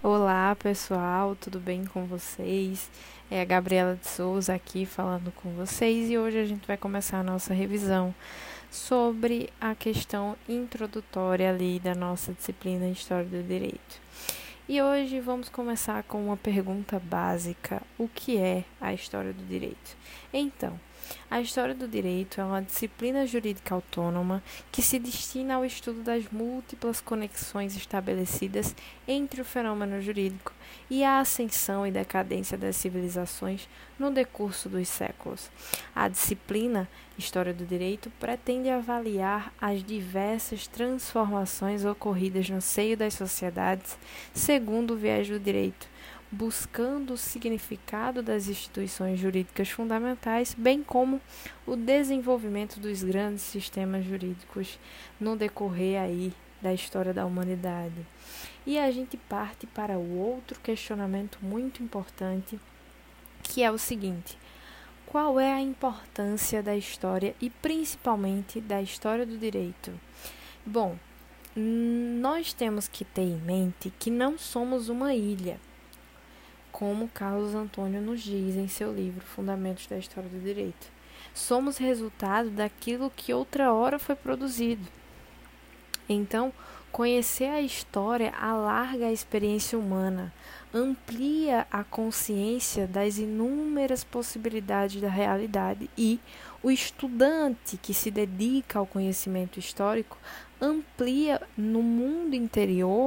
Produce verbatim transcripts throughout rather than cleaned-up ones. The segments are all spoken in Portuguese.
Olá, pessoal, tudo bem com vocês? É a Gabriela de Souza aqui falando com vocês e hoje a gente vai começar a nossa revisão sobre a questão introdutória ali da nossa disciplina História do Direito. E hoje vamos começar com uma pergunta básica: o que é a história do direito? Então, a história do direito é uma disciplina jurídica autônoma que se destina ao estudo das múltiplas conexões estabelecidas entre o fenômeno jurídico e a ascensão e decadência das civilizações no decurso dos séculos. A disciplina História do Direito pretende avaliar as diversas transformações ocorridas no seio das sociedades segundo o viés do direito, buscando o significado das instituições jurídicas fundamentais, bem como o desenvolvimento dos grandes sistemas jurídicos no decorrer aí da história da humanidade. E a gente parte para o outro questionamento muito importante, que é o seguinte: qual é a importância da história e principalmente da história do direito? Bom, nós temos que ter em mente que não somos uma ilha, como Carlos Antônio nos diz em seu livro Fundamentos da História do Direito. Somos resultado daquilo que outra hora foi produzido. Então, conhecer a história alarga a experiência humana, amplia a consciência das inúmeras possibilidades da realidade e o estudante que se dedica ao conhecimento histórico amplia no mundo interior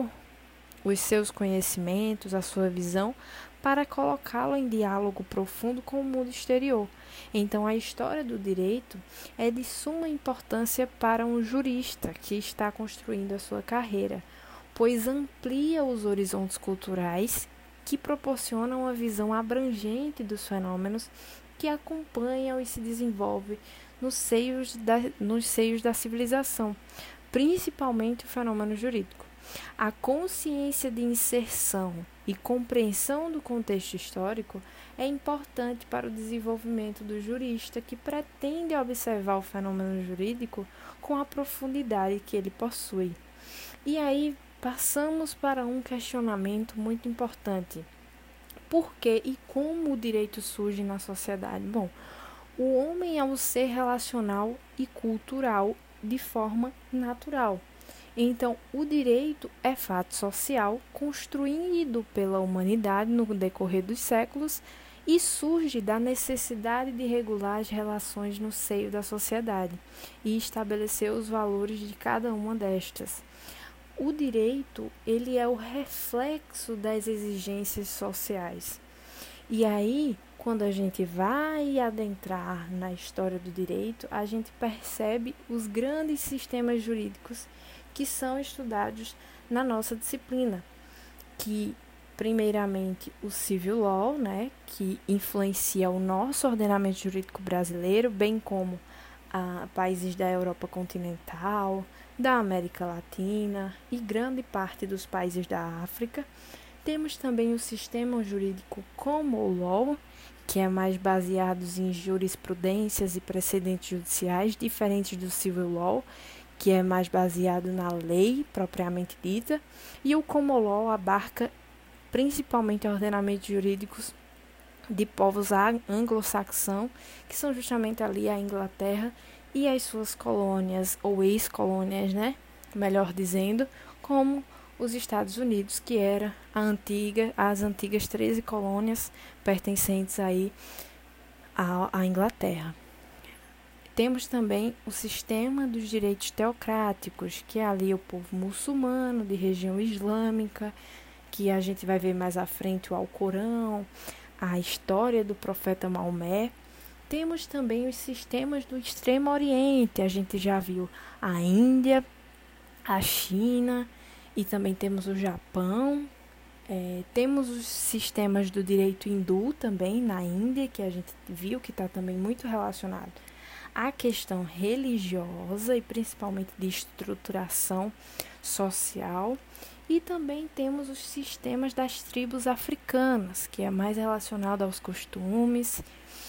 os seus conhecimentos, a sua visão, para colocá-lo em diálogo profundo com o mundo exterior. Então, a história do direito é de suma importância para um jurista que está construindo a sua carreira, pois amplia os horizontes culturais que proporcionam uma visão abrangente dos fenômenos que acompanham e se desenvolvem nos seios da, nos seios da civilização, principalmente o fenômeno jurídico. A consciência de inserção e compreensão do contexto histórico é importante para o desenvolvimento do jurista que pretende observar o fenômeno jurídico com a profundidade que ele possui. E aí passamos para um questionamento muito importante: por que e como o direito surge na sociedade? Bom, o homem é um ser relacional e cultural de forma natural. Então, o direito é fato social construído pela humanidade no decorrer dos séculos e surge da necessidade de regular as relações no seio da sociedade e estabelecer os valores de cada uma destas. O direito, ele é o reflexo das exigências sociais. E aí, quando a gente vai adentrar na história do direito, a gente percebe os grandes sistemas jurídicos que são estudados na nossa disciplina, que primeiramente o civil law, né, que influencia o nosso ordenamento jurídico brasileiro, bem como a países da Europa continental, da América Latina e grande parte dos países da África. Temos também o sistema jurídico common law, que é mais baseado em jurisprudências e precedentes judiciais, diferentes do civil law, que é mais baseado na lei propriamente dita, e o common law abarca principalmente ordenamentos jurídicos de povos anglo-saxão, que são justamente ali a Inglaterra e as suas colônias, ou ex-colônias, né? Melhor dizendo, como os Estados Unidos, que era a antiga, as antigas treze colônias pertencentes aí à, à Inglaterra. Temos também o sistema dos direitos teocráticos, que é ali o povo muçulmano, de região islâmica, que a gente vai ver mais à frente o Alcorão, a história do profeta Maomé. Temos também os sistemas do Extremo Oriente, a gente já viu a Índia, a China e também temos o Japão. É, temos os sistemas do direito hindu também na Índia, que a gente viu que está também muito relacionado à questão religiosa e principalmente de estruturação social. E também temos os sistemas das tribos africanas, que é mais relacionado aos costumes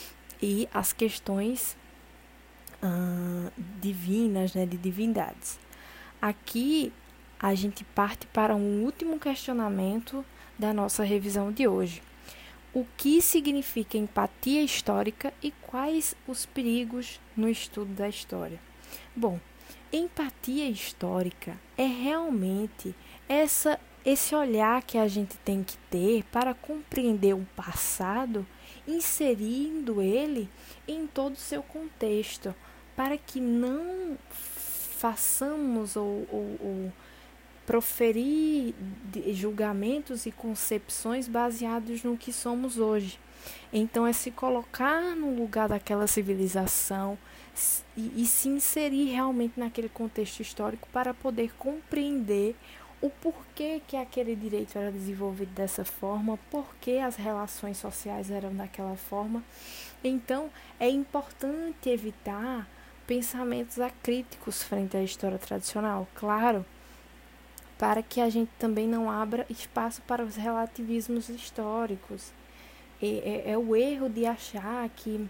e às questões ah, divinas, né, de divindades. Aqui a gente parte para um último questionamento da nossa revisão de hoje. O que significa empatia histórica e quais os perigos no estudo da história? Bom, empatia histórica é realmente essa, esse olhar que a gente tem que ter para compreender o passado, inserindo ele em todo o seu contexto, para que não façamos ou, ou, ou proferir julgamentos e concepções baseados no que somos hoje. Então, é se colocar no lugar daquela civilização e, e se inserir realmente naquele contexto histórico para poder compreender o porquê que aquele direito era desenvolvido dessa forma, porquê as relações sociais eram daquela forma. Então, é importante evitar pensamentos acríticos frente à história tradicional, claro, para que a gente também não abra espaço para os relativismos históricos. É, é, é o erro de achar que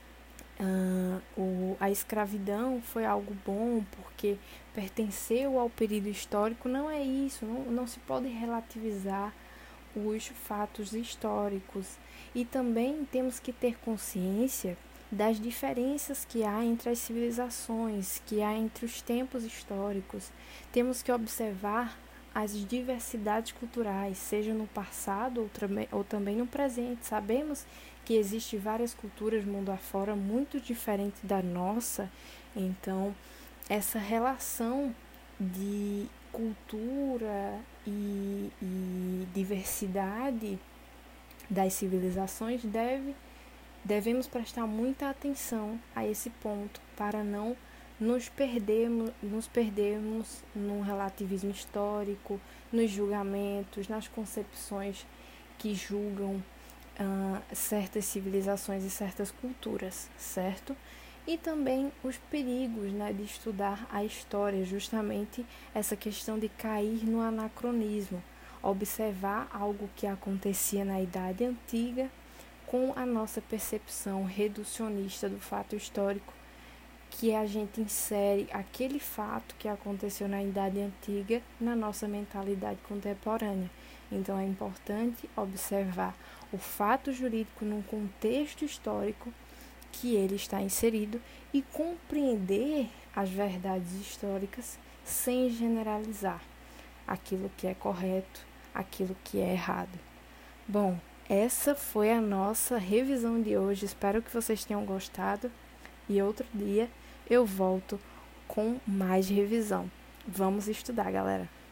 uh, o, a escravidão foi algo bom porque pertenceu ao período histórico. Não é isso, não, não se pode relativizar os fatos históricos. E também temos que ter consciência das diferenças que há entre as civilizações, que há entre os tempos históricos. Temos que observar as diversidades culturais, seja no passado ou, ou também no presente. Sabemos que existem várias culturas mundo afora muito diferentes da nossa, então essa relação de cultura e, e diversidade das civilizações deve devemos prestar muita atenção a esse ponto para não nos perdermos, nos perdermos num relativismo histórico, nos julgamentos, nas concepções que julgam uh, certas civilizações e certas culturas, certo? E também os perigos, né, de estudar a história, justamente essa questão de cair no anacronismo, observar algo que acontecia na Idade Antiga com a nossa percepção reducionista do fato histórico, que a gente insere aquele fato que aconteceu na Idade Antiga na nossa mentalidade contemporânea. Então, é importante observar o fato jurídico num contexto histórico que ele está inserido e compreender as verdades históricas sem generalizar aquilo que é correto, aquilo que é errado. Bom, essa foi a nossa revisão de hoje. Espero que vocês tenham gostado e outro dia eu volto com mais revisão. Vamos estudar, galera!